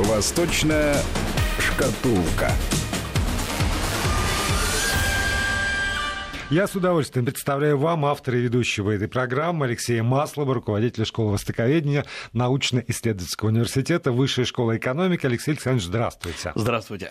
Восточная шкатулка. Я с удовольствием представляю вам автора и ведущего этой программы Алексея Маслова, руководителя школы востоковедения научно-исследовательского университета Высшей школы экономики. Алексей Александрович, здравствуйте. Здравствуйте.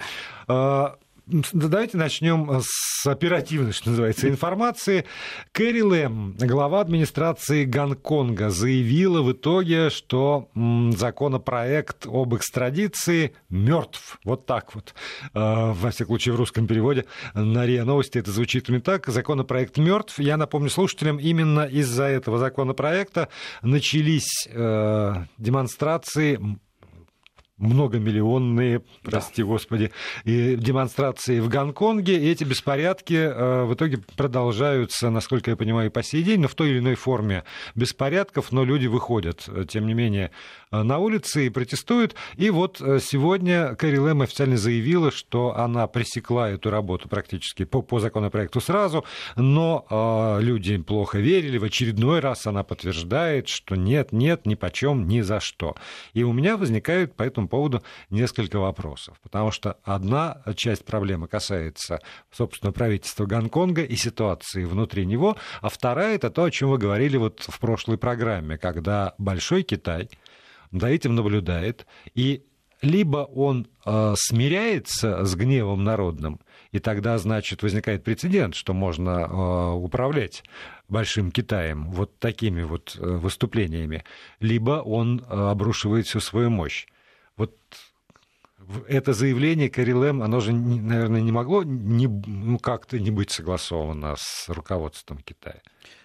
Давайте начнем с оперативной, что называется, информации. Кэрри Лэм, глава администрации Гонконга, заявила в итоге, что законопроект об экстрадиции мертв. Вот так вот. Во всяком случае, в русском переводе на РИА Новости это звучит именно так. Законопроект мертв. Я напомню слушателям, именно из-за этого законопроекта начались демонстрации, многомиллионные, прости господи, и демонстрации в Гонконге, и эти беспорядки в итоге продолжаются, насколько я понимаю, и по сей день, но в той или иной форме беспорядков, но люди выходят, тем не менее, на улицы и протестуют. И вот сегодня Кэрри Лэм официально заявила, что она пресекла эту работу практически по законопроекту сразу, но люди плохо верили. В очередной раз она подтверждает, что нет, ни почем, ни за что. И у меня возникают по этому поводу несколько вопросов, потому что одна часть проблемы касается, собственно, правительства Гонконга и ситуации внутри него, а вторая — это то, о чем вы говорили вот в прошлой программе, когда Большой Китай за этим наблюдает, и либо он смиряется с гневом народным, и тогда, значит, возникает прецедент, что можно управлять Большим Китаем вот такими вот выступлениями, либо он обрушивает всю свою мощь. Вот это заявление Кэрри Лэм, оно же, наверное, не могло как-то не быть согласовано с руководством Китая.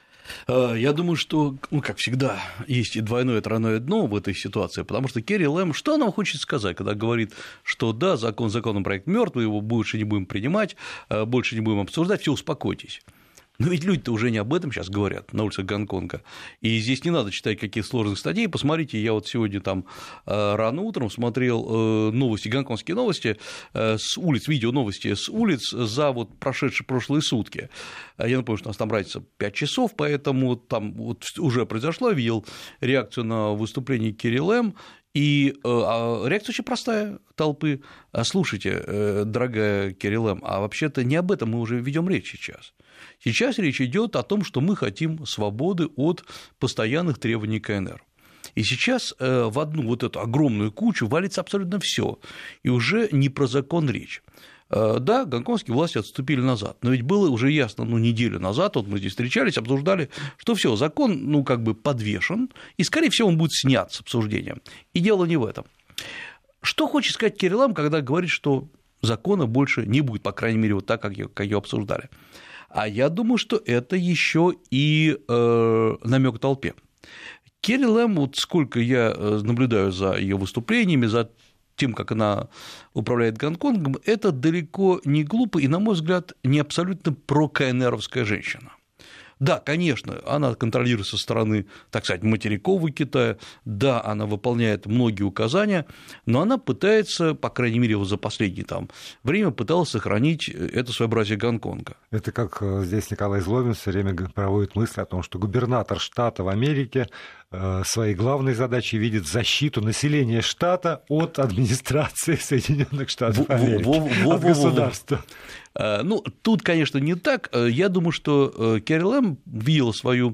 Я думаю, что, как всегда, есть и двойное, и тройное дно в этой ситуации, потому что Кэрри Лэм, что она хочет сказать, когда говорит, что да, законопроект мертвый, его больше не будем принимать, больше не будем обсуждать, все, успокойтесь. Но ведь люди-то уже не об этом сейчас говорят на улицах Гонконга. И здесь не надо читать каких-то сложных статей. Посмотрите, я вот сегодня там рано утром смотрел новости, гонконгские новости с улиц, видеоновости с улиц за вот прошедшие прошлые сутки. Я напомню, что у нас там разница 5 часов, поэтому там вот уже произошло, я видел реакцию на выступление Кэрри Лэм. И реакция очень простая толпы. Слушайте, дорогая Кэрри Лэм, а вообще-то не об этом мы уже ведем речь сейчас. Сейчас речь идет о том, что мы хотим свободы от постоянных требований КНР. И сейчас в одну вот эту огромную кучу валится абсолютно все, и уже не про закон речь. Да, гонконгские власти отступили назад, но ведь было уже ясно, неделю назад, вот мы здесь встречались, обсуждали, что все, закон, подвешен, и, скорее всего, он будет снят с обсуждения. И дело не в этом. Что хочет сказать Кэрри Лэм, когда говорит, что закона больше не будет, по крайней мере, вот так, как ее обсуждали? А я думаю, что это еще и намек толпе. Кэрри Лэм, вот сколько я наблюдаю за ее выступлениями, за тем, как она управляет Гонконгом, это далеко не глупо и, на мой взгляд, не абсолютно про-КНРовская женщина. Да, конечно, она контролирует со стороны, так сказать, материкового Китая, да, она выполняет многие указания, но она пытается, по крайней мере, за последнее время пыталась сохранить это своеобразие Гонконга. Это как здесь Николай Злобин все время проводит мысль о том, что губернатор штата в Америке своей главной задачей видит защиту населения штата от администрации Соединенных Штатов Америки, от государства. Тут, конечно, не так. Я думаю, что Кэрри Лэм видела свою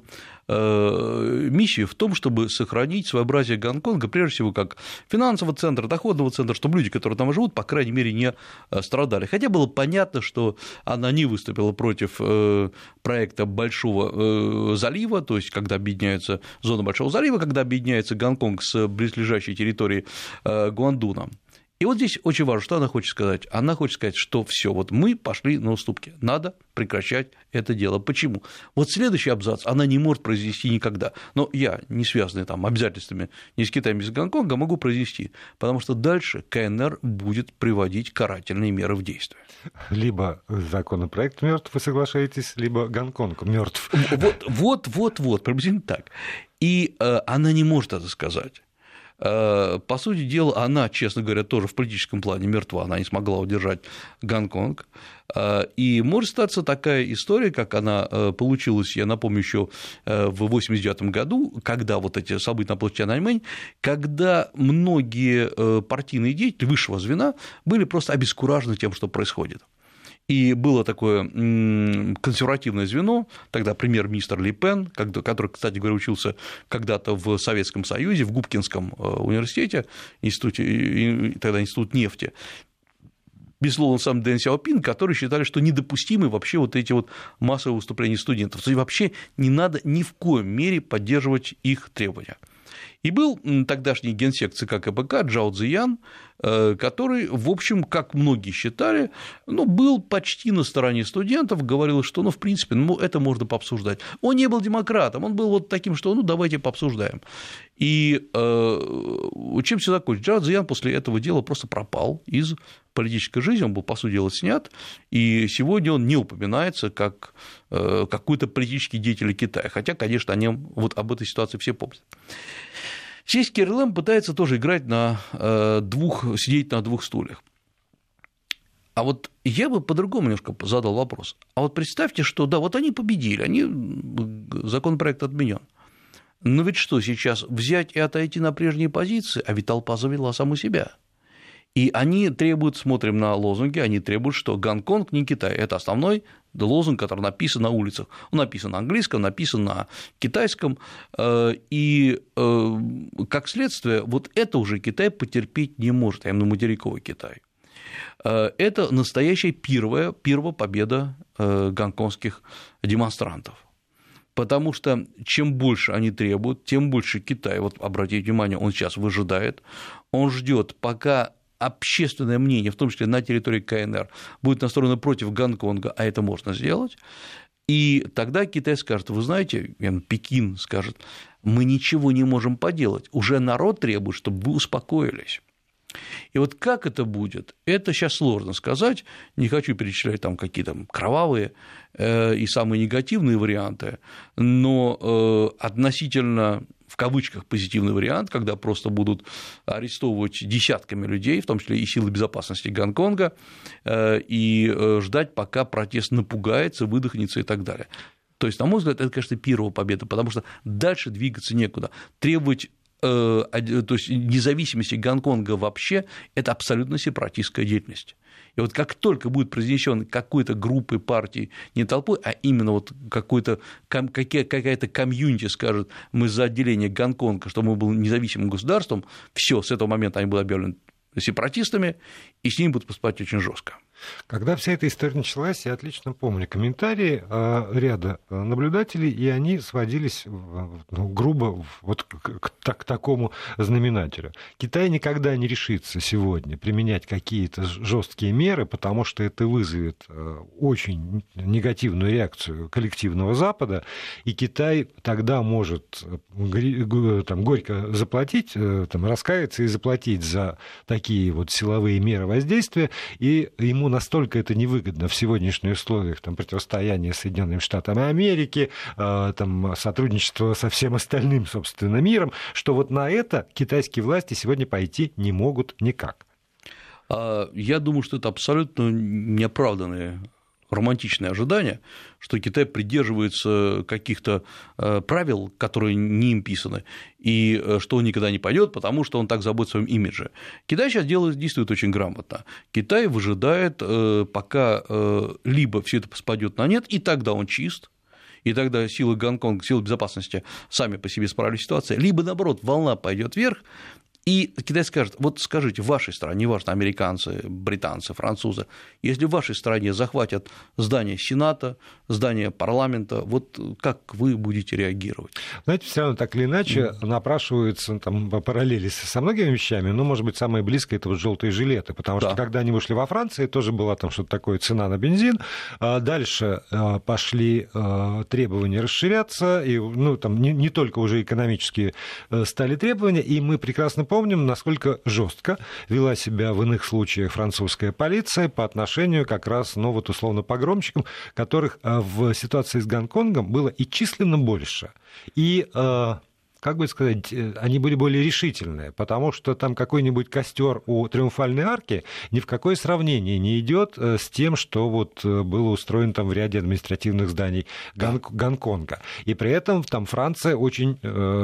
миссию в том, чтобы сохранить своеобразие Гонконга, прежде всего, как финансового центра, доходного центра, чтобы люди, которые там живут, по крайней мере, не страдали. Хотя было понятно, что она не выступила против проекта Большого залива, то есть, когда объединяется зона Большого залива, когда объединяется Гонконг с близлежащей территорией Гуандуна. И вот здесь очень важно, что она хочет сказать. Она хочет сказать, что все, вот мы пошли на уступки, надо прекращать это дело. Почему? Вот следующий абзац она не может произнести никогда. Но я, не связанный обязательствами ни с Китаем, ни с Гонконгом, могу произнести, потому что дальше КНР будет приводить карательные меры в действие. Либо законопроект мертв, вы соглашаетесь, либо Гонконг мертв. Вот, приблизительно так. И она не может это сказать. По сути дела, она, честно говоря, тоже в политическом плане мертва, она не смогла удержать Гонконг. И может статься такая история, как она получилась, я напомню, еще в 1989 году, когда вот эти события на площади Тяньаньмэнь, когда многие партийные деятели высшего звена были просто обескуражены тем, что происходит. И было такое консервативное звено, тогда премьер-министр Ли Пен, который, кстати говоря, учился когда-то в Советском Союзе, в Губкинском университете, тогда Институт нефти, безусловно, сам Дэн Сяопин, которые считали, что недопустимы вообще вот эти вот массовые выступления студентов, и вообще не надо ни в коем мере поддерживать их требования. И был тогдашний генсек ЦК КПК Чжао Цзиян, который, в общем, как многие считали, был почти на стороне студентов, говорил, что, в принципе, это можно пообсуждать. Он не был демократом, он был вот таким, что, давайте пообсуждаем. И чем все закончилось? Чжао Цзиян после этого дела просто пропал из политической жизни, он был, по сути дела, снят, и сегодня он не упоминается как какой-то политический деятель Китая, хотя, конечно, об этой ситуации все помнят. Здесь Керри Лэм пытается тоже играть сидеть на двух стульях. А вот я бы по-другому немножко задал вопрос. А вот представьте, что да, вот они победили, законопроект отменен. Но ведь что сейчас, взять и отойти на прежние позиции, а ведь толпа завела саму себя. И они требуют, смотрим на лозунги, они требуют, что Гонконг не Китай. Это основной лозунг, который написан на улицах. Он написан на английском, написан на китайском. И, как следствие, вот это уже Китай потерпеть не может, а именно материковый Китай. Это настоящая первая победа гонконгских демонстрантов. Потому что чем больше они требуют, тем больше Китай, вот обратите внимание, он сейчас выжидает, он ждет, пока общественное мнение, в том числе на территории КНР, будет настроено против Гонконга, а это можно сделать, и тогда Китай скажет, вы знаете, Пекин скажет, мы ничего не можем поделать, уже народ требует, чтобы вы успокоились. И вот как это будет, это сейчас сложно сказать, не хочу перечислять там какие-то кровавые и самые негативные варианты, но относительно, в кавычках, позитивный вариант, когда просто будут арестовывать десятками людей, в том числе и силы безопасности Гонконга, и ждать, пока протест напугается, выдохнется и так далее. То есть, на мой взгляд, это, конечно, первая победа, потому что дальше двигаться некуда, требовать то есть независимости Гонконга вообще – это абсолютно сепаратистская деятельность. И вот как только будет произнесен какой-то группой, партии, не толпой, а именно вот какая-то комьюнити скажет, мы за отделение Гонконга, чтобы мы были независимым государством, все, с этого момента они будут объявлены сепаратистами, и с ними будут поступать очень жестко. Когда вся эта история началась, я отлично помню комментарии ряда наблюдателей, и они сводились грубо вот к такому знаменателю. Китай никогда не решится сегодня применять какие-то жесткие меры, потому что это вызовет очень негативную реакцию коллективного Запада, и Китай тогда может горько заплатить, раскаяться и заплатить за такие вот силовые меры воздействия, и ему настолько это невыгодно в сегодняшних условиях противостояния с Соединенными Штатами Америки, сотрудничества со всем остальным, собственно, миром, что вот на это китайские власти сегодня пойти не могут никак. Я думаю, что это абсолютно неоправданные романтичное ожидание, что Китай придерживается каких-то правил, которые не им писаны, и что он никогда не пойдет, потому что он так заботится о своем имидже. Китай сейчас действует очень грамотно. Китай выжидает, пока либо все это спадет на нет, и тогда он чист, и тогда силы Гонконга, силы безопасности сами по себе справились с ситуацией, либо, наоборот, волна пойдет вверх, и Китай скажет, вот скажите, в вашей стране, неважно, американцы, британцы, французы, если в вашей стране захватят здание Сената, здание парламента, вот как вы будете реагировать? Знаете, все равно так или иначе напрашиваются параллели со многими вещами, но, может быть, самое близкое – это вот желтые жилеты, потому что когда они вышли во Франции, тоже была там что-то такое, цена на бензин, дальше пошли требования расширяться, и не только уже экономические стали требования, и мы прекрасно помним, насколько жестко вела себя в иных случаях французская полиция по отношению как раз, условно, погромщикам, которых в ситуации с Гонконгом было и численно больше, и, к как бы сказать, они были более решительные, потому что там какой-нибудь костер у Триумфальной арки ни в какое сравнение не идет с тем, что вот было устроено там в ряде административных зданий Гонконга. И при этом там Франция очень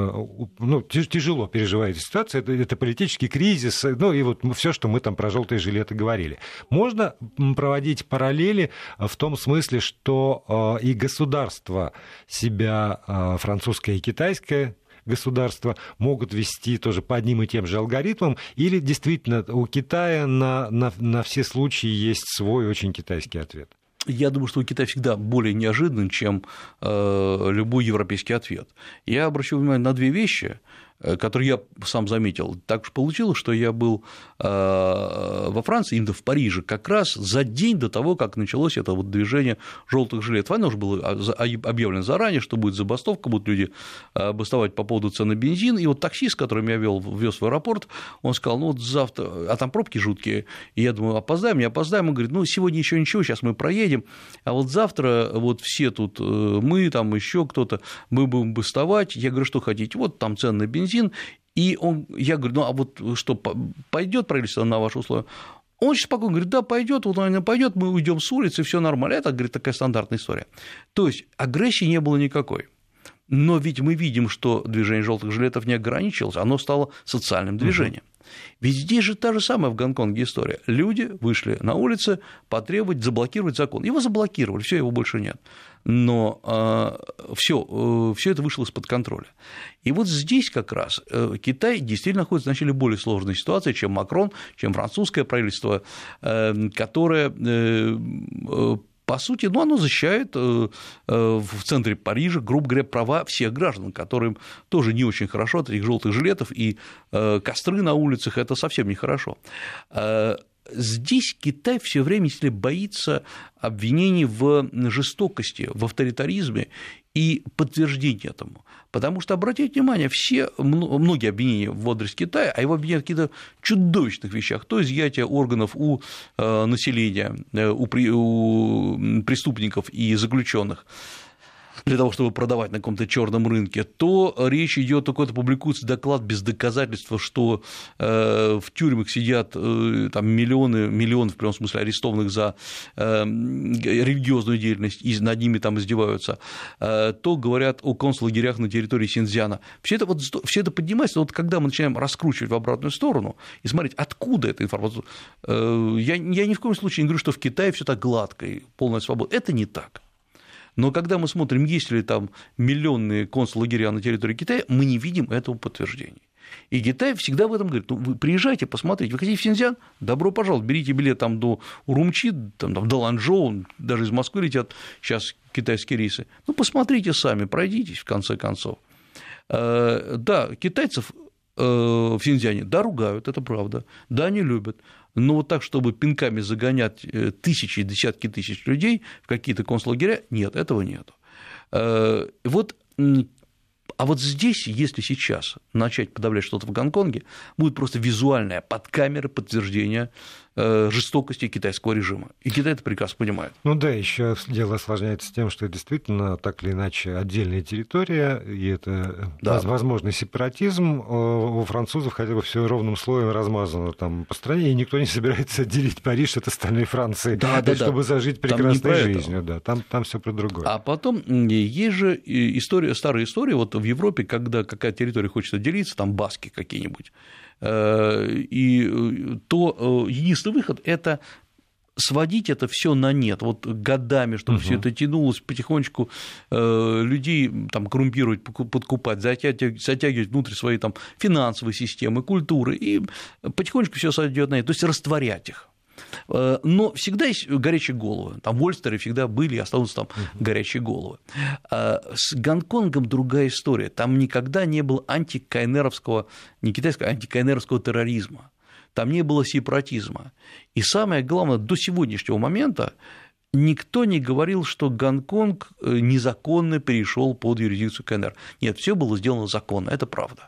тяжело переживает ситуацию. Это политический кризис, ну и вот все, что мы там про желтые жилеты говорили. Можно проводить параллели в том смысле, что и государство себя, французское и китайское государство, могут вести тоже по одним и тем же алгоритмам, или действительно у Китая на все случаи есть свой очень китайский ответ? Я думаю, что у Китая всегда более неожиданен, чем любой европейский ответ. Я обращу внимание на две вещи, которые я сам заметил. Так уж получилось, что я был во Франции, именно в Париже, как раз за день до того, как началось это вот движение желтых жилетов. Оно уже было объявлено заранее, что будет забастовка, будут люди бастовать по поводу цен на бензин. И вот таксист, которым я вез в аэропорт, он сказал, ну вот завтра, а там пробки жуткие, и я думаю, опоздаем, не опоздаем. Он говорит, ну сегодня еще ничего, сейчас мы проедем, а вот завтра вот все тут, мы там еще кто-то, мы будем бастовать. Я говорю, что хотите, вот там цены на бензин. И я говорю, ну а вот что, пойдет правительство на ваши условия? Он очень спокойно говорит, да, пойдет, вот он пойдет, мы уйдем с улицы, все нормально. Это, говорит, такая стандартная история. То есть агрессии не было никакой. Но ведь мы видим, что движение желтых жилетов не ограничилось, оно стало социальным движением. Ведь здесь же та же самая в Гонконге история. Люди вышли на улицы потребовать заблокировать закон. Его заблокировали, все, его больше нет. Но все это вышло из-под контроля. И вот здесь как раз Китай действительно находится в значительно более сложной ситуации, чем Макрон, чем французское правительство, которое по сути, ну, оно защищает в центре Парижа, грубо говоря, права всех граждан, которым тоже не очень хорошо от этих желтых жилетов, и костры на улицах – это совсем нехорошо. Здесь Китай все время, если боится обвинений в жестокости, в авторитаризме и подтверждения этому. Потому что, обратите внимание, многие обвинения в адрес Китая, а его обвиняют в каких-то чудовищных вещах, то изъятие органов у населения, у преступников и заключенных, для того, чтобы продавать на каком-то черном рынке, то речь идет о какой-то публикуется доклад без доказательства, что в тюрьмах сидят там, миллионы в прямом смысле арестованных за религиозную деятельность, и над ними там издеваются, то говорят о концлагерях на территории Синьцзяна. Все это поднимается, но вот когда мы начинаем раскручивать в обратную сторону и смотреть, откуда эта информация, я ни в коем случае не говорю, что в Китае все так гладко и полная свобода. Это не так. Но когда мы смотрим, есть ли там миллионные концлагеря на территории Китая, мы не видим этого подтверждения. И Китай всегда в этом говорит, ну, вы приезжайте, посмотрите, вы хотите в Синьцзян? Добро пожаловать, берите билет там до Урумчи, там, до Ланчжоу, даже из Москвы летят сейчас китайские рейсы. Ну, посмотрите сами, пройдитесь, в конце концов. Да, китайцев в Синьцзяне, да, ругают, это правда, да, не любят. Но вот так, чтобы пинками загонять тысячи, десятки тысяч людей в какие-то концлагеря, нет, этого нет. Вот, а вот здесь, если сейчас начать подавлять что-то в Гонконге, будет просто визуальное под камеры подтверждение жестокости китайского режима. И Китай это прекрасно понимает. Ну да, еще дело осложняется тем, что действительно так или иначе отдельная территория, и это возможный сепаратизм у французов хотя бы все ровным слоем размазано там по стране, и никто не собирается отделить Париж от остальной Франции, чтобы зажить прекрасной жизнью. Да, там все про другое. А потом есть же старая история, вот в Европе, когда какая-то территория хочет отделиться, там баски какие-нибудь, и то единственный выход – это сводить это все на нет, вот годами, чтобы все это тянулось, потихонечку людей там коррумпировать, подкупать, затягивать внутрь своей там финансовой системы, культуры, и потихонечку все сойдет на нет, то есть растворять их. Но всегда есть горячие головы. Там в Ольстере всегда были и останутся там горячие головы. С Гонконгом другая история. Там никогда не было антикайнеровского, не китайского, а антикайнеровского терроризма. Там не было сепаратизма. И самое главное, до сегодняшнего момента никто не говорил, что Гонконг незаконно перешел под юрисдикцию КНР. Нет, все было сделано законно, это правда.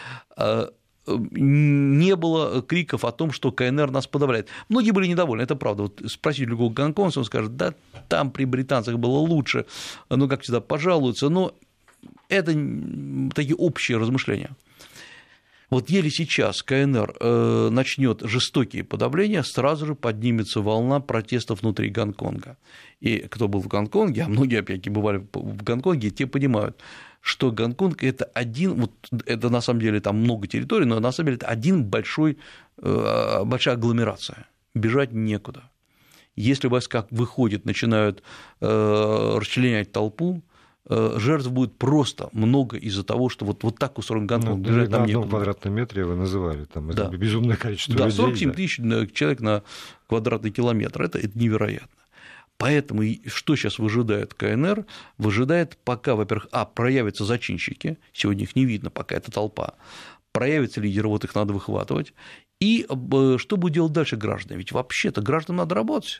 Не было криков о том, что КНР нас подавляет. Многие были недовольны, это правда. Вот спросите любого гонконгца, он скажет, да, там при британцах было лучше, ну, как всегда, пожалуются, но это такие общие размышления. Вот еле сейчас КНР начнет жестокие подавления, сразу же поднимется волна протестов внутри Гонконга. И кто был в Гонконге, а многие, опять-таки, бывали в Гонконге, те понимают, что Гонконг – это один, вот это на самом деле там много территорий, но на самом деле это один большая агломерация. Бежать некуда. Если войска выходят, начинают расчленять толпу, жертв будет просто много из-за того, что вот так устроен Гонконг. На одном квадратном метре вы называли, там да. Безумное количество людей. 47 тысяч человек на квадратный километр, это невероятно. Поэтому что сейчас выжидает КНР? Выжидает, пока, во-первых, проявятся зачинщики, сегодня их не видно, пока это толпа, проявятся лидеры, вот их надо выхватывать, и что будет делать дальше граждане? Ведь вообще-то гражданам надо работать.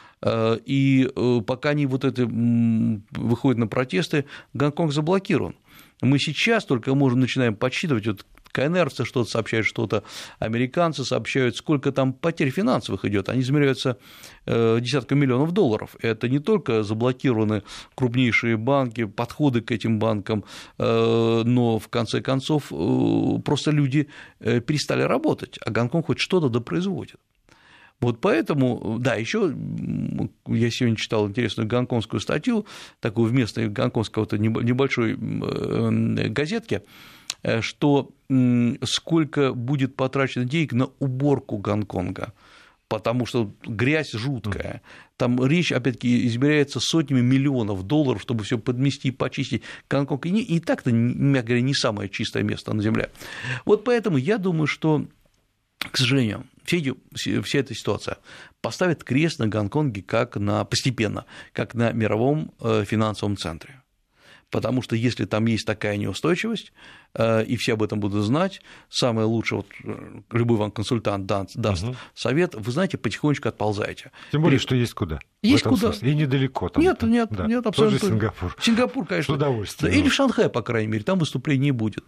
И пока они вот это выходят на протесты, Гонконг заблокирован. Мы сейчас только начинаем подсчитывать, вот КНРовцы что-то сообщают, что-то американцы сообщают, сколько там потерь финансовых идет. Они измеряются десятками миллионов долларов. Это не только заблокированы крупнейшие банки, подходы к этим банкам, но в конце концов просто люди перестали работать, а Гонконг хоть что-то допроизводит. Вот поэтому, да, еще я сегодня читал интересную гонконгскую статью, такую в местной гонконгской небольшой газетке, что сколько будет потрачено денег на уборку Гонконга, потому что грязь жуткая. Там речь, опять-таки, измеряется сотнями миллионов долларов, чтобы все подмести, почистить. Гонконг и так-то, мягко говоря, не самое чистое место на Земле. Вот поэтому я думаю, что, к сожалению, вся эта ситуация поставит крест на Гонконге постепенно, как на мировом финансовом центре. Потому что если там есть такая неустойчивость, и все об этом будут знать, самое лучшее, вот любой вам консультант даст совет, вы знаете, потихонечку отползаете. Тем более, что есть куда. Есть куда. Смысле. И недалеко. Там, нет, абсолютно. Тоже Сингапур. Сингапур, конечно. С удовольствием. Или в Шанхае, по крайней мере, там выступлений не будет.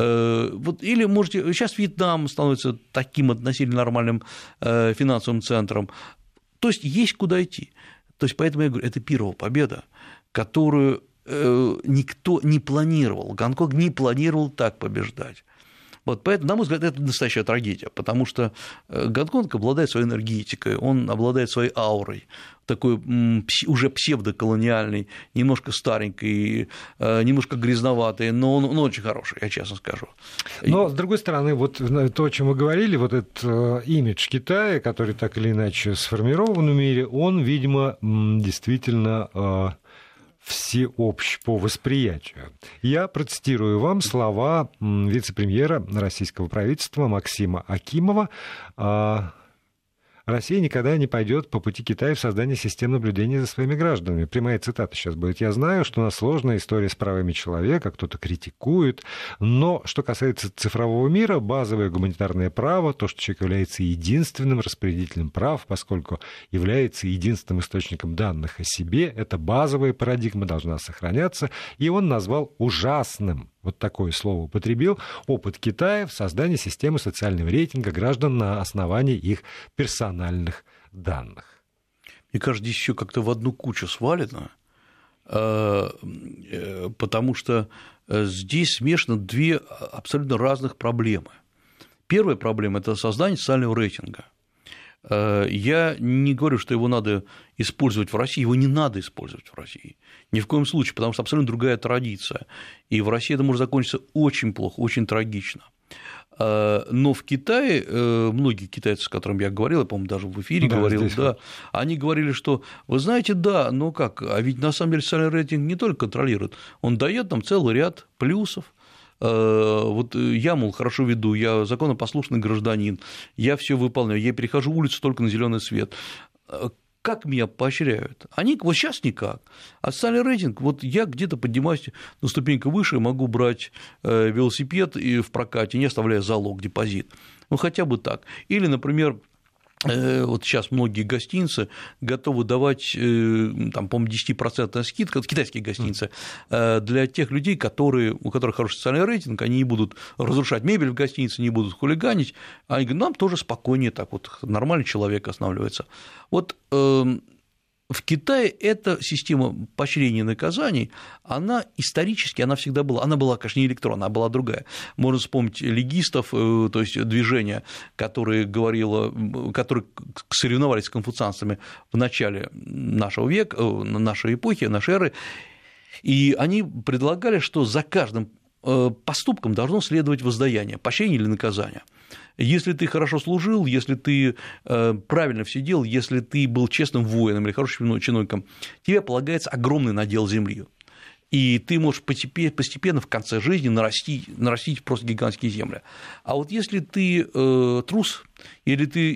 Или можете... Сейчас Вьетнам становится таким относительно нормальным финансовым центром. То есть куда идти. То есть поэтому я говорю, это первая победа, которую никто не планировал, Гонконг не планировал так побеждать. Вот поэтому, на мой взгляд, это настоящая трагедия, потому что Гонконг обладает своей энергетикой, он обладает своей аурой, такой уже псевдоколониальной, немножко старенькой, немножко грязноватой, но он очень хороший, я честно скажу. Но, с другой стороны, вот то, о чем вы говорили, вот этот имидж Китая, который так или иначе сформирован в мире, он, видимо, действительно всеобщ по восприятию. Я процитирую вам слова вице-премьера российского правительства Максима Акимова. «Россия никогда не пойдет по пути Китая в создании систем наблюдения за своими гражданами». Прямая цитата сейчас будет. «Я знаю, что у нас сложная история с правами человека, кто-то критикует, но что касается цифрового мира, базовое гуманитарное право, то, что человек является единственным распорядителем прав, поскольку является единственным источником данных о себе, эта базовая парадигма должна сохраняться». И он назвал ужасным, вот такое слово употребил, опыт Китая в создании системы социального рейтинга граждан на основании их персональных данных. Мне кажется, здесь еще как-то в одну кучу свалено, потому что здесь смешаны две абсолютно разных проблемы. Первая проблема – это создание социального рейтинга. Я не говорю, что его надо использовать в России, его не надо использовать в России. Ни в коем случае, потому что абсолютно другая традиция. И в России это может закончиться очень плохо, очень трагично. Но в Китае, многие китайцы, с которыми я говорил, я, по-моему, даже в эфире говорил, они говорили, что, вы знаете, но как, а ведь на самом деле социальный рейтинг не только контролирует, он дает нам целый ряд плюсов. Вот я, мол, хорошо веду, я законопослушный гражданин, я все выполняю, я перехожу улицу только на зеленый свет. Как меня поощряют? Они вот сейчас никак. А социальный рейтинг, вот я где-то поднимаюсь на ступеньку выше, могу брать велосипед и в прокате, не оставляя залог, депозит. Ну, хотя бы так. Или, например, вот сейчас многие гостиницы готовы давать, там, по-моему, 10% скидку, китайские гостиницы, для тех людей, у которых хороший социальный рейтинг, они не будут разрушать мебель в гостинице, не будут хулиганить, они говорят, нам тоже спокойнее так, вот нормальный человек останавливается. Вот в в Китае эта система поощрений и наказаний, она исторически, она всегда была. Она была, конечно, не электронная, она была другая. Можно вспомнить легистов, то есть движение, которое соревновались с конфуцианцами в начале нашего века, нашей эпохи, нашей эры, и они предлагали, что за каждым поступком должно следовать воздаяние, поощрение или наказание. Если ты хорошо служил, если ты правильно все делал, если ты был честным воином или хорошим чиновником, тебе полагается огромный надел земли. И ты можешь постепенно в конце жизни нарастить просто гигантские земли. А вот если ты трус, или ты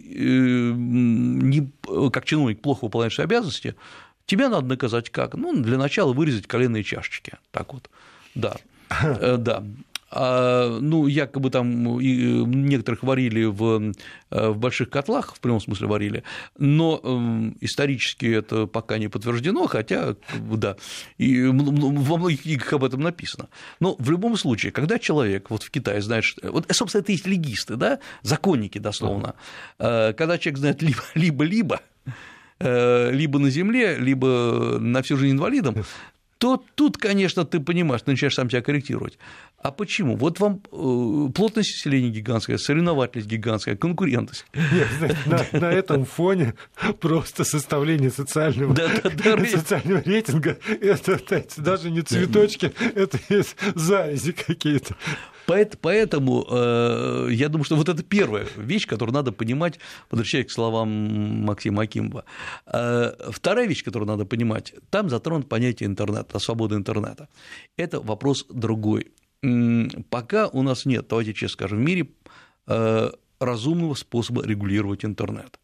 как чиновник плохо выполняешь свои обязанности, тебя надо наказать как? Ну, для начала вырезать коленные чашечки. Так вот, да. Да. Ну, якобы там некоторых варили в больших котлах, в прямом смысле варили, но исторически это пока не подтверждено, хотя, да, и во многих книгах об этом написано. Но в любом случае, когда человек вот в Китае знает, что... Вот, собственно, это есть легисты, да, законники дословно, когда человек знает либо на земле, либо на всю жизнь инвалидом, то тут, конечно, ты понимаешь, ты начинаешь сам себя корректировать. А почему? Вот вам плотность населения гигантская, соревновательность гигантская, конкурентность. Нет, на этом фоне просто составление социального рейтинга – это даже не цветочки, это завязи какие-то. Поэтому я думаю, что вот это первая вещь, которую надо понимать, возвращаясь к словам Максима Акимова. Вторая вещь, которую надо понимать, там затронуто понятие интернета, свободы интернета. Это вопрос другой. Пока у нас нет, давайте честно скажем, в мире разумного способа регулировать интернет.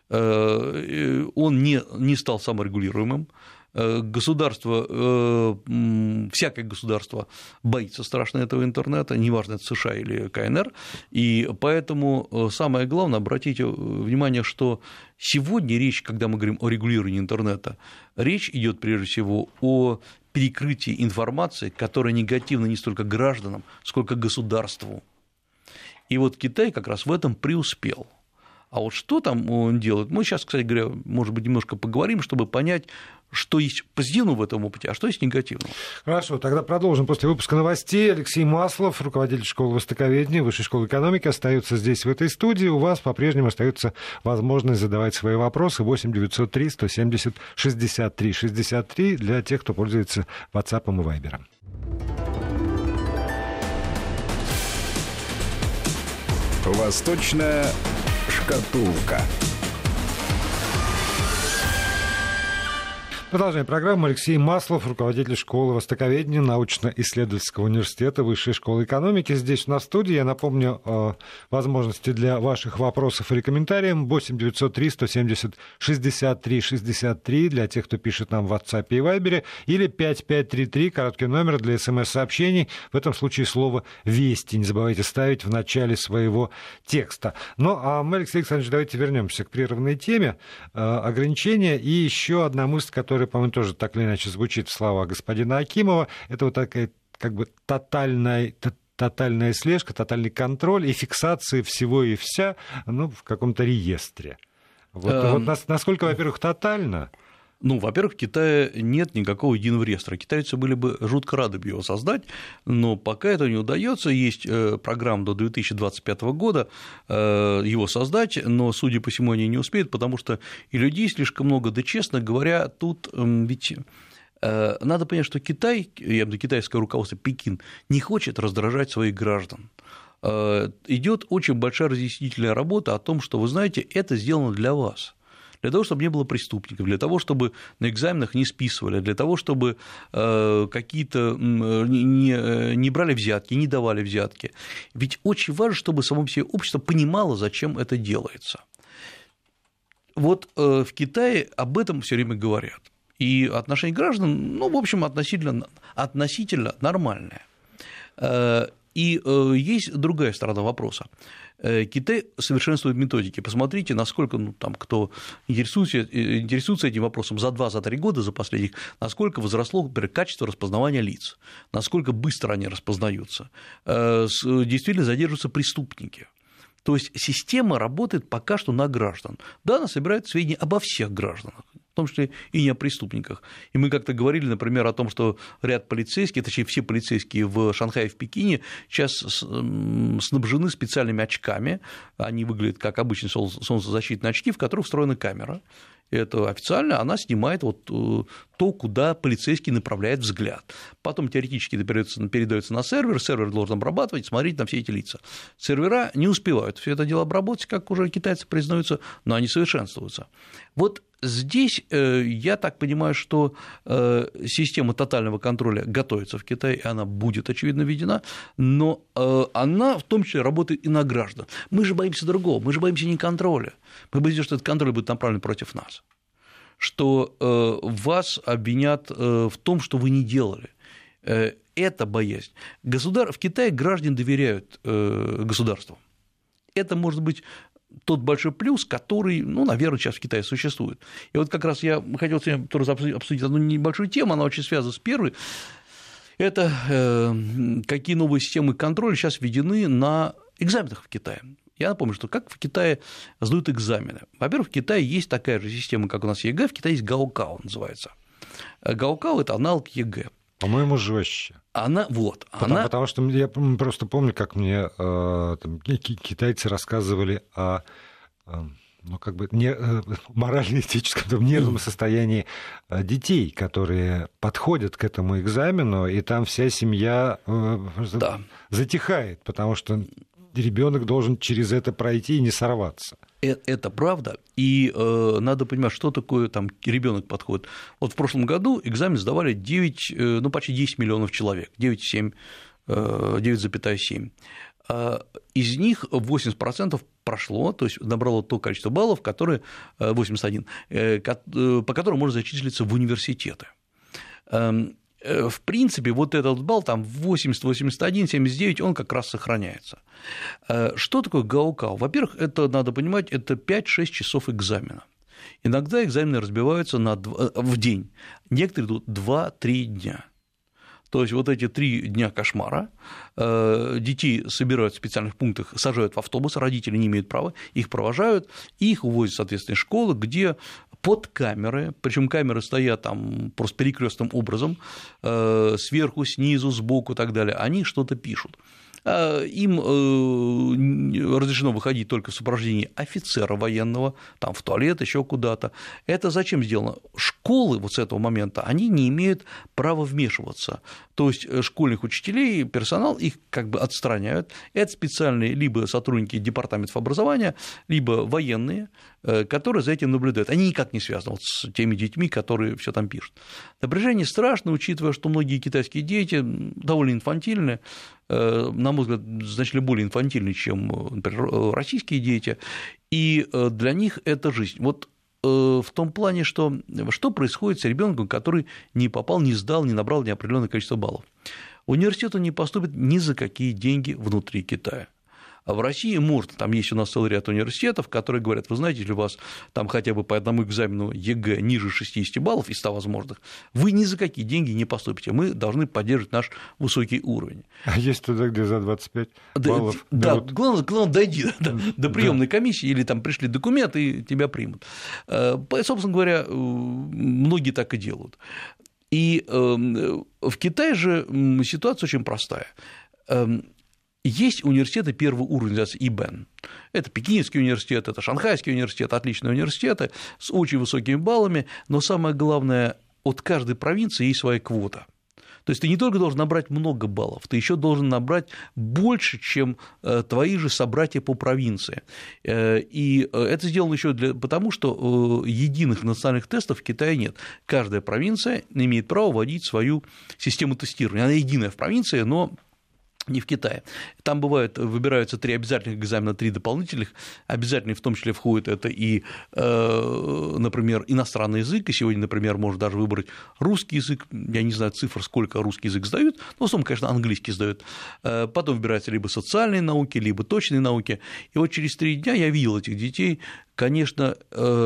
Он не стал саморегулируемым. Государство, всякое государство боится страшно этого интернета, неважно, это США или КНР, и поэтому самое главное, обратите внимание, что сегодня речь, когда мы говорим о регулировании интернета, речь идет прежде всего о перекрытии информации, которая негативна не столько гражданам, сколько государству. И вот Китай как раз в этом преуспел. А вот что там он делает? Мы сейчас, кстати говоря, может быть, немножко поговорим, чтобы понять, что есть позитивного в этом опыте, а что есть негативного. Хорошо, тогда продолжим после выпуска новостей. Алексей Маслов, руководитель школы востоковедения, Высшей школы экономики, остается здесь, в этой студии. У вас по-прежнему остается возможность задавать свои вопросы. 8 903 170 63 63 для тех, кто пользуется WhatsApp и Viber. Восточная шкатулка. Продолжаем программу. Алексей Маслов, руководитель школы востоковедения научно-исследовательского университета Высшей школы экономики. Здесь у нас в студии. Я напомню возможности для ваших вопросов или комментариев. 8 903 170 63 63 для тех, кто пишет нам в WhatsApp и Viber. Или 5533, короткий номер для СМС-сообщений. В этом случае слово «Вести» не забывайте ставить в начале своего текста. Ну, а мы, Алексей Александрович, давайте вернемся к прерванной теме. Ограничения и еще одна мысль, которая, по-моему, тоже так или иначе звучит в словах господина Акимова, это вот такая как бы тотальная слежка, тотальный контроль и фиксация всего и вся, ну, в каком-то реестре. Вот насколько, во-первых, тотально? Ну, во-первых, в Китае нет никакого единого реестра. Китайцы были бы жутко рады его создать, но пока это не удается. Есть программа до 2025 года его создать, но, судя по всему, они не успеют, потому что и людей слишком много. Да, честно говоря, тут ведь надо понять, что Китай, я имею в виду китайское руководство, Пекин, не хочет раздражать своих граждан. Идет очень большая разъяснительная работа о том, что, вы знаете, это сделано для вас. Для того, чтобы не было преступников, для того, чтобы на экзаменах не списывали, для того, чтобы какие-то не брали взятки, не давали взятки. Ведь очень важно, чтобы само себе общество понимало, зачем это делается. Вот в Китае об этом все время говорят. И отношение граждан, ну, в общем, относительно нормальное. И есть другая сторона вопроса. Китай совершенствует методики. Посмотрите, насколько, ну, там, кто интересуется этим вопросом за 2-3 года, за последних, насколько возросло, например, качество распознавания лиц, насколько быстро они распознаются, действительно задерживаются преступники. То есть система работает пока что на граждан. Да, она собирает сведения обо всех гражданах. в том числе и не о преступниках. И мы как-то говорили, например, о том, что ряд полицейских, точнее, все полицейские в Шанхае и в Пекине сейчас снабжены специальными очками, они выглядят как обычные солнцезащитные очки, в которых встроена камера. Это официально, она снимает вот то, куда полицейский направляет взгляд. Потом теоретически это передается на сервер должен обрабатывать, смотреть на все эти лица. Сервера не успевают все это дело обработать, как уже китайцы признаются, но они совершенствуются. Вот здесь я так понимаю, что система тотального контроля готовится в Китае, и она будет, очевидно, введена, но она в том числе работает и на граждан. Мы же боимся другого, мы же боимся не контроля, мы боимся, что этот контроль будет направлен против нас, что вас обвинят в том, что вы не делали. Это боязнь. В Китае граждане доверяют государству. Это может быть тот большой плюс, который, наверное, сейчас в Китае существует. И вот как раз я хотел сегодня тоже обсудить одну небольшую тему, она очень связана с первой. Это какие новые системы контроля сейчас введены на экзаменах в Китае. Я напомню, что как в Китае сдают экзамены. Во-первых, в Китае есть такая же система, как у нас ЕГЭ, в Китае есть Гаокао называется. Гаокао – это аналог ЕГЭ. По-моему, жестче. Потому что я просто помню, как мне китайцы рассказывали о морально-этическом нервном состоянии детей, которые подходят к этому экзамену, и там вся семья затихает, потому что ребенок должен через это пройти и не сорваться. Это правда, и надо понимать, что такое там ребенок подходит. Вот в прошлом году экзамен сдавали почти 10 миллионов человек, 9,7. Из них 80% прошло, то есть набрало то количество баллов, которые 81, по которым можно зачислиться в университеты. В принципе, вот этот балл, там 80, 81, 79, он как раз сохраняется. Что такое Гаокао? Во-первых, это, надо понимать, это 5-6 часов экзамена. Иногда экзамены разбиваются в день, некоторые идут 2-3 дня. То есть вот эти 3 дня кошмара детей собирают в специальных пунктах, сажают в автобус, родители не имеют права, их провожают, и их увозят в соответственные школы, где под камеры, причем камеры стоят там просто перекрестным образом, сверху, снизу, сбоку и так далее, они что-то пишут. Им разрешено выходить только в сопровождении офицера военного, там в туалет, еще куда-то. Это зачем сделано? Школы вот с этого момента, они не имеют права вмешиваться. То есть школьных учителей, персонал их как бы отстраняют. Это специальные либо сотрудники департаментов образования, либо военные, которые за этим наблюдают. Они никак не связаны с теми детьми, которые все там пишут. Напряжение страшно, учитывая, что многие китайские дети довольно инфантильны, на мой взгляд, значительно более инфантильны, чем, например, российские дети, и для них это жизнь. Вот в том плане, что происходит с ребенком, который не попал, не сдал, не набрал неопределенное количество баллов. В университет он не поступит ни за какие деньги внутри Китая. А в России можно, там есть у нас целый ряд университетов, которые говорят, вы знаете, если у вас там хотя бы по одному экзамену ЕГЭ ниже 60 баллов из 100 возможных, вы ни за какие деньги не поступите, мы должны поддерживать наш высокий уровень. А есть туда, где за 25 баллов берут? Да, главное дойди до приемной комиссии, или там пришли документы, и тебя примут. Собственно говоря, многие так и делают. И в Китае же ситуация очень простая. Есть университеты первого уровня, называется ИБЭН. Это Пекинский университет, это Шанхайский университет, отличные университеты с очень высокими баллами, но самое главное, от каждой провинции есть своя квота. То есть ты не только должен набрать много баллов, ты еще должен набрать больше, чем твои же собратья по провинции. И это сделано еще потому, что единых национальных тестов в Китае нет. Каждая провинция имеет право вводить свою систему тестирования. Она единая в провинции, но не в Китае. Там бывает, выбираются 3 обязательных экзамена, 3 дополнительных. Обязательные в том числе входят это и, например, иностранный язык, и сегодня, например, можно даже выбрать русский язык, я не знаю цифр, сколько русский язык сдают, но в основном, конечно, английский сдают. Потом выбираются либо социальные науки, либо точные науки. И вот через 3 дня я видел этих детей. Конечно,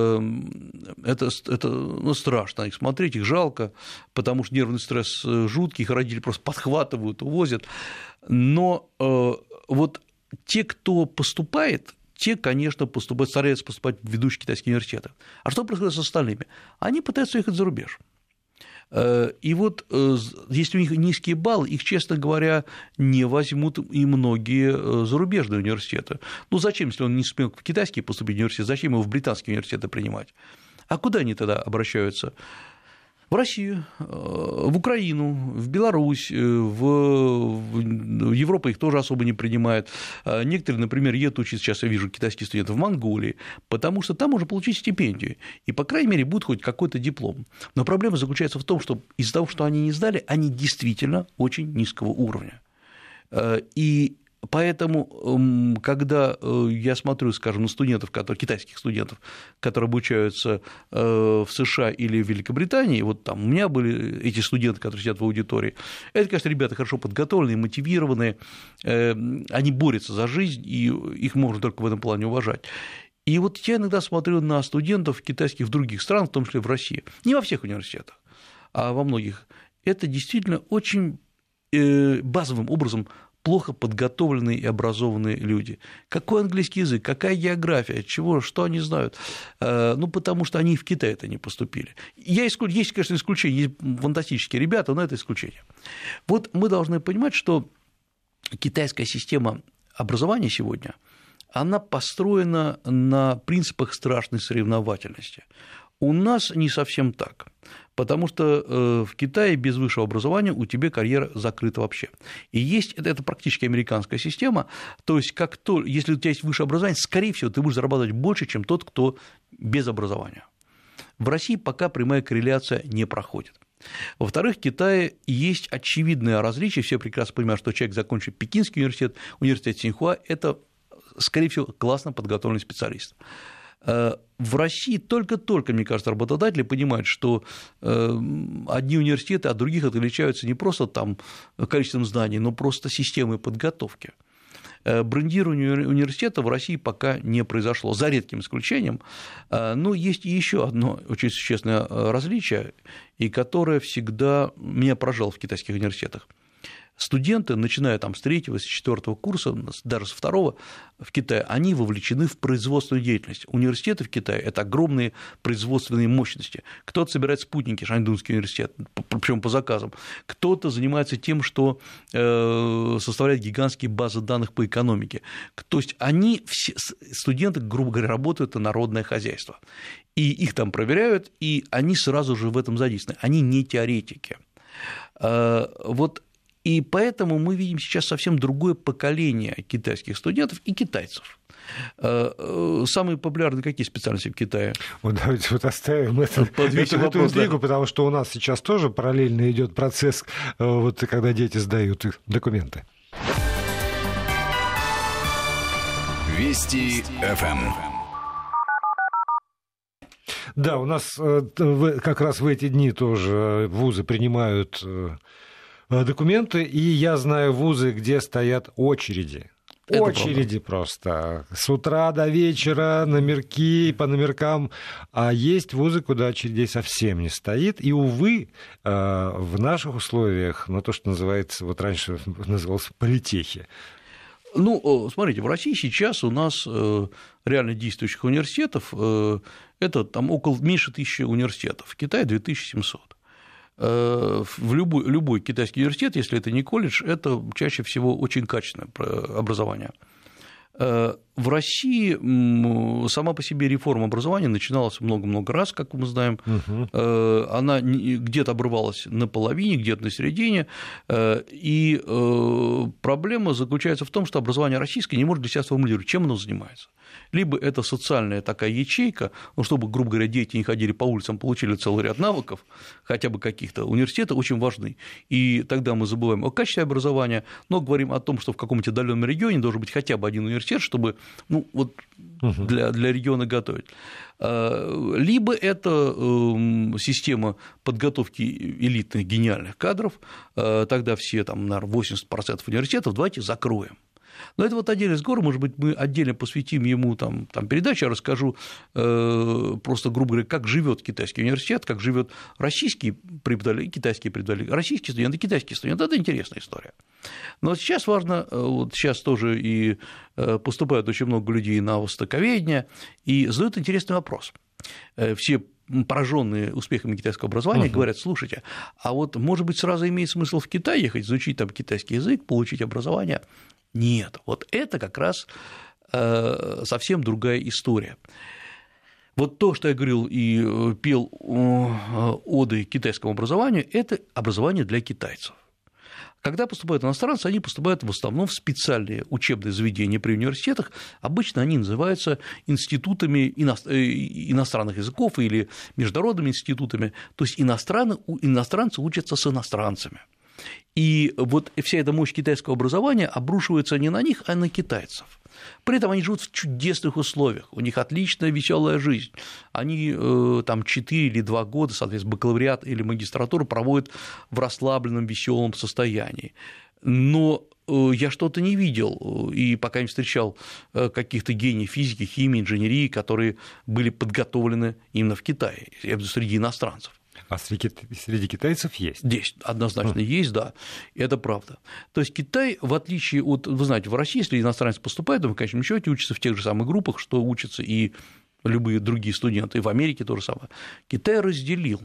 это страшно их смотреть, их жалко, потому что нервный стресс жуткий, их родители просто подхватывают, увозят. Но вот те, кто поступает, те, конечно, стараются поступать в ведущие китайские университеты. А что происходит с остальными? Они пытаются ехать за рубеж. И вот если у них низкие баллы, их, честно говоря, не возьмут и многие зарубежные университеты. Ну, зачем, если он не смог в китайский поступить в университет, зачем его в британские университы принимать? А куда они тогда обращаются? В Россию, в Украину, в Беларусь, в Европу их тоже особо не принимают. Некоторые, например, едут учиться, сейчас я вижу китайские студенты, в Монголии, потому что там можно получить стипендию, и, по крайней мере, будет хоть какой-то диплом. Но проблема заключается в том, что из-за того, что они не сдали, они действительно очень низкого уровня. И поэтому, когда я смотрю, скажем, на студентов, китайских студентов, которые обучаются в США или в Великобритании, вот там у меня были эти студенты, которые сидят в аудитории, это, конечно, ребята хорошо подготовленные, мотивированные, они борются за жизнь, и их можно только в этом плане уважать. И вот я иногда смотрю на студентов китайских в других странах, в том числе в России, не во всех университетах, а во многих, это действительно очень базовым образом плохо подготовленные и образованные люди. Какой английский язык, какая география, чего, что они знают? Ну, потому что они и в Китай-то не поступили. Есть, конечно, исключения, есть фантастические ребята, но это исключение. Вот мы должны понимать, что китайская система образования сегодня, она построена на принципах страшной соревновательности. У нас не совсем так. Потому что в Китае без высшего образования у тебя карьера закрыта вообще. И есть это практически американская система, то есть если у тебя есть высшее образование, скорее всего, ты будешь зарабатывать больше, чем тот, кто без образования. В России пока прямая корреляция не проходит. Во-вторых, в Китае есть очевидное различие, все прекрасно понимают, что человек, закончив Пекинский университет, университет Цинхуа, это, скорее всего, классно подготовленный специалист. В России только-только, мне кажется, работодатели понимают, что одни университеты от других отличаются не просто там количеством знаний, но просто системой подготовки. Брендирование университета в России пока не произошло, за редким исключением, но есть и еще одно очень существенное различие, и которое всегда меня поражало в китайских университетах. Студенты, начиная там с 3-го, с 4-го курса, даже с 2-го в Китае, они вовлечены в производственную деятельность. Университеты в Китае – это огромные производственные мощности. Кто-то собирает спутники, Шаньдунский университет, причем по заказам. Кто-то занимается тем, что составляет гигантские базы данных по экономике. То есть они, все студенты, грубо говоря, работают на народное хозяйство. И их там проверяют, и они сразу же в этом задействованы. Они не теоретики. Вот. И поэтому мы видим сейчас совсем другое поколение китайских студентов и китайцев. Самые популярные какие специальности в Китае? Вот давайте вот оставим эту интригу, потому что у нас сейчас тоже параллельно идет процесс, вот, когда дети сдают их документы. Вести ФМ. Да, у нас как раз в эти дни тоже вузы принимают документы, и я знаю вузы, где стоят очереди. Это очереди правда. Просто. С утра до вечера, номерки по номеркам. А есть вузы, куда очередей совсем не стоит. И, увы, в наших условиях, то, что называется, вот раньше называлось политехи. Ну, смотрите, в России сейчас у нас реально действующих университетов, это там меньше 1000 университетов, в Китае 2700. В любой китайский университет, если это не колледж, это чаще всего очень качественное образование. В России сама по себе реформа образования начиналась много-много раз, как мы знаем. Она где-то обрывалась наполовине, где-то на середине. И проблема заключается в том, что образование российское не может для себя сформулировать, чем оно занимается. Либо это социальная такая ячейка, чтобы, грубо говоря, дети не ходили по улицам, получили целый ряд навыков, хотя бы каких-то, университеты очень важны. И тогда мы забываем о качестве образования, но говорим о том, что в каком-то отдаленном регионе должен быть хотя бы один университет, чтобы для региона готовить. Либо это система подготовки элитных гениальных кадров, тогда все, там, наверное, 80% университетов давайте закроем. Но это вот отдельный разговор, может быть, мы отдельно посвятим ему там передачу, я расскажу просто, грубо говоря, как живет китайский университет, как живет российский преподаватель, китайский преподаватель, российские студенты, китайские студенты. Это интересная история. Но сейчас важно, вот сейчас тоже и поступают очень много людей на востоковедение и задают интересный вопрос. Все пораженные успехами китайского образования говорят: слушайте, а вот, может быть, сразу имеет смысл в Китай ехать, изучить там китайский язык, получить образование? Нет, вот это как раз совсем другая история. Вот то, что я говорил и пел оды китайскому образованию, это образование для китайцев. Когда поступают иностранцы, они поступают в основном в специальные учебные заведения при университетах. Обычно они называются институтами иностранных языков или международными институтами. То есть иностранцы учатся с иностранцами. И вот вся эта мощь китайского образования обрушивается не на них, а на китайцев. При этом они живут в чудесных условиях, у них отличная веселая жизнь. Они там 4 или 2 года, соответственно, бакалавриат или магистратуру проводят в расслабленном, веселом состоянии. Но я что-то не видел и пока не встречал каких-то гениев физики, химии, инженерии, которые были подготовлены именно в Китае, среди иностранцев. А среди китайцев есть? Здесь однозначно есть, да, это правда. То есть Китай, в отличие от, вы знаете, в России, если иностранец поступает, то в конечном счете учится в тех же самых группах, что учатся и любые другие студенты, и в Америке то же самое. Китай разделил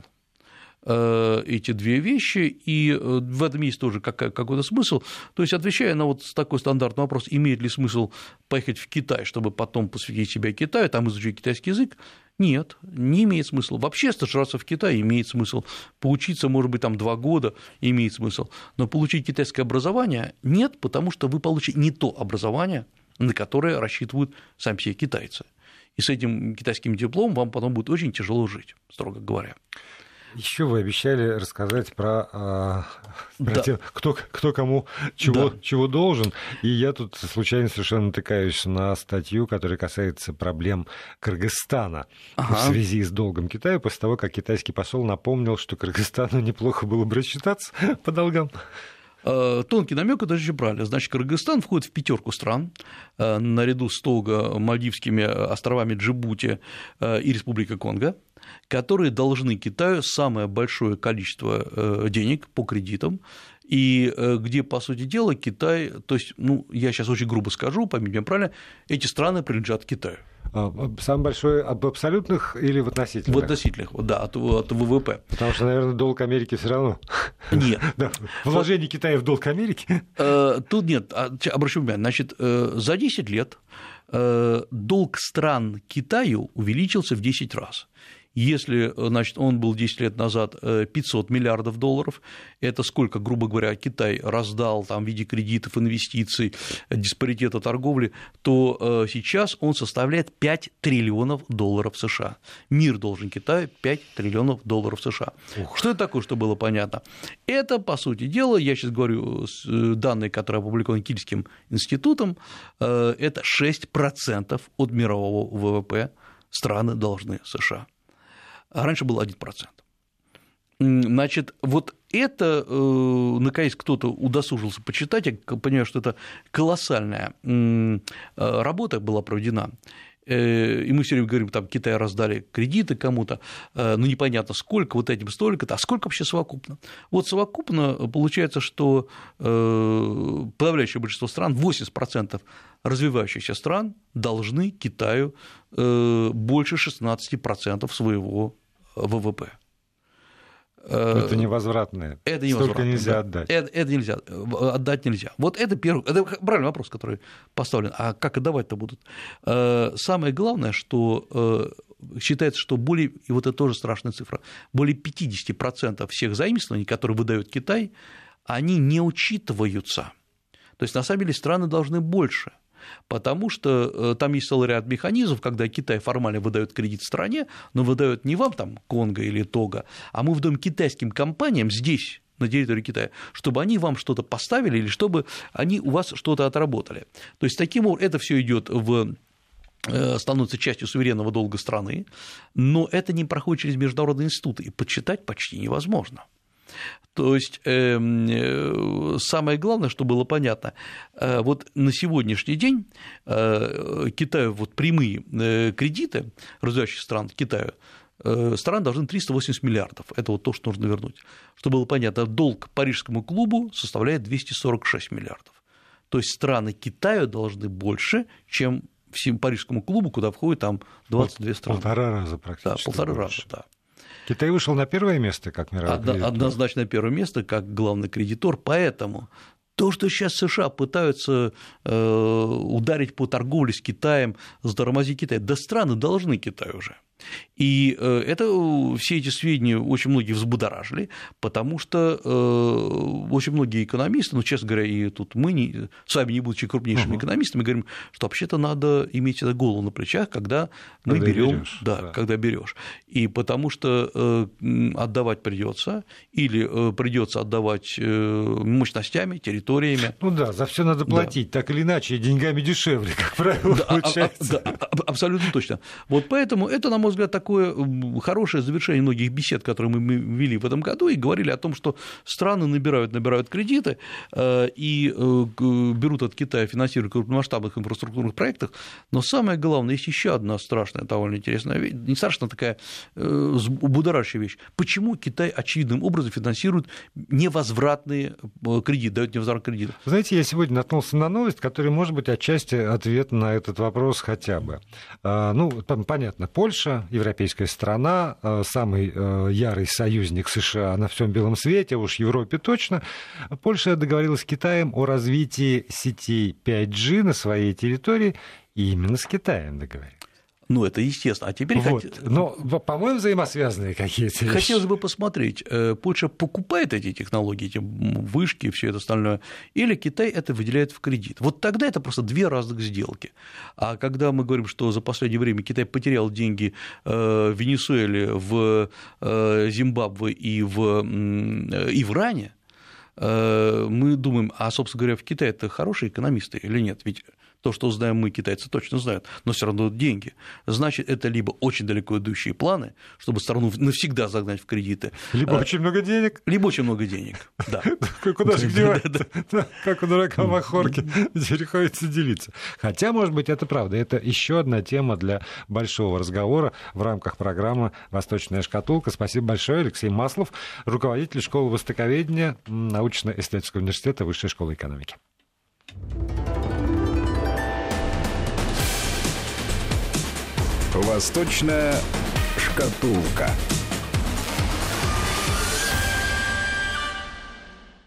эти две вещи, и в этом есть тоже какой-то смысл. То есть, отвечая на вот такой стандартный вопрос, имеет ли смысл поехать в Китай, чтобы потом посвятить себя Китаю, там изучить китайский язык, нет, не имеет смысла. Вообще стажироваться в Китае имеет смысл, поучиться, может быть, там 2 года имеет смысл, но получить китайское образование нет, потому что вы получите не то образование, на которое рассчитывают сами все китайцы. И с этим китайским дипломом вам потом будет очень тяжело жить, строго говоря. Еще вы обещали рассказать про тем, кто кому чего должен. И я тут случайно совершенно натыкаюсь на статью, которая касается проблем Кыргызстана в связи с долгом Китая, после того, как китайский посол напомнил, что Кыргызстану неплохо было бы рассчитаться по долгам. Тонкий намек, это очень правильно. Значит, Кыргызстан входит в 5 стран, наряду с Того, Мальдивскими островами Джибути и Республикой Конго, которые должны Китаю самое большое количество денег по кредитам, и где, по сути дела, Китай, то есть, я сейчас очень грубо скажу, поймите меня правильно, эти страны принадлежат Китаю. Самое большое об абсолютных или в относительных? В относительных, да, от ВВП. Потому что, наверное, долг Америки все равно. Нет. Вложение Китая в долг Америки? Тут нет, обращу внимание, значит, за 10 лет долг стран Китаю увеличился в 10 раз. Если, значит, он был 10 лет назад $500 миллиардов, это сколько, грубо говоря, Китай раздал там, в виде кредитов, инвестиций, диспаритета торговли, то сейчас он составляет $5 триллионов США. Мир должен Китаю $5 триллионов США. Что это такое, чтобы было понятно? Это, по сути дела, я сейчас говорю данные, которые опубликованы Кильским институтом, это 6% от мирового ВВП страны должны США. А раньше было 1%. Значит, вот это, наконец, кто-то удосужился почитать, я понимаю, что это колоссальная работа была проведена, и мы все время говорим, там, Китай раздали кредиты кому-то, ну, непонятно сколько, вот этим столько-то, а сколько вообще совокупно? Вот совокупно получается, что подавляющее большинство стран, 80% развивающихся стран должны Китаю больше 16% своего ВВП. Это невозвратное. Это невозвратное. Столько нельзя отдать. Это нельзя, отдать нельзя. Вот это первый, это правильный вопрос, который поставлен. А как отдавать-то будут? Самое главное, что считается, что более, и вот это тоже страшная цифра, более 50% всех заимствований, которые выдает Китай, они не учитываются. То есть, на самом деле, страны должны больше. Потому что там есть целый ряд механизмов, когда Китай формально выдает кредит стране, но выдает не вам там Конго или Того, а мы выдаем китайским компаниям здесь, на территории Китая, чтобы они вам что-то поставили или чтобы они у вас что-то отработали. То есть таким образом это все идет становится частью суверенного долга страны, но это не проходит через международные институты, и подсчитать почти невозможно. То есть самое главное, что было понятно, вот на сегодняшний день Китаю вот прямые кредиты развивающих стран Китаю, страны должны 380 миллиардов. Это вот то, что нужно вернуть. Чтобы было понятно, долг Парижскому клубу составляет 246 миллиардов. То есть страны Китая должны больше, чем всем Парижскому клубу, куда входит там 22 страны. 1,5 раза практически. Да, 1,5 больше. раза, да. Китай вышел на первое место как мировой кредитор. Однозначно первое место как главный кредитор, поэтому то, что сейчас США пытаются ударить по торговле с Китаем, затормозить Китай, да страны должны Китаю уже. И это, все эти сведения очень многие взбудоражили, потому что очень многие экономисты, ну, честно говоря, и тут мы, с вами не будучи крупнейшими экономистами, говорим, что вообще-то надо иметь это голову на плечах, когда мы берем, когда берешь. И потому что отдавать придется, или придется отдавать мощностями, территориями. Ну да, за все надо платить, так или иначе, деньгами дешевле, как правило, получается. Абсолютно точно. Вот поэтому это, на мой взгляд, такое хорошее завершение многих бесед, которые мы вели в этом году, и говорили о том, что страны набирают кредиты и берут от Китая, финансируют крупномасштабных инфраструктурных проектов, но самое главное, есть еще одна страшная, довольно интересная вещь, не страшная, такая будоражащая вещь. Почему Китай очевидным образом финансирует невозвратные кредиты, дает невозвратные кредиты? Знаете, я сегодня наткнулся на новость, которая может быть отчасти ответ на этот вопрос хотя бы. Ну, понятно, Польша, европейская страна, самый ярый союзник США на всем белом свете, уж в Европе точно. Польша договорилась с Китаем о развитии сетей 5G на своей территории, и именно с Китаем договорились. Ну, это естественно. А теперь но, по-моему, взаимосвязанные какие-то вещи. Хотелось бы посмотреть, Польша покупает эти технологии, эти вышки и все это остальное, или Китай это выделяет в кредит. Вот тогда это просто две разных сделки. А когда мы говорим, что за последнее время Китай потерял деньги в Венесуэле, в Зимбабве и в Иране, мы думаем, а, собственно говоря, в Китае это хорошие экономисты или нет? Ведь то, что знаем мы, китайцы точно знают, но все равно деньги. Значит, это либо очень далеко идущие планы, чтобы страну навсегда загнать в кредиты. Либо очень много денег. Либо очень много денег, да. Куда же деваться? Как у дурака махорки, приходится делиться. Хотя, может быть, это правда. Это еще одна тема для большого разговора в рамках программы «Восточная шкатулка». Спасибо большое. Алексей Маслов, руководитель школы востоковедения Научно-исследовательского университета Высшей школы экономики. «Восточная шкатулка».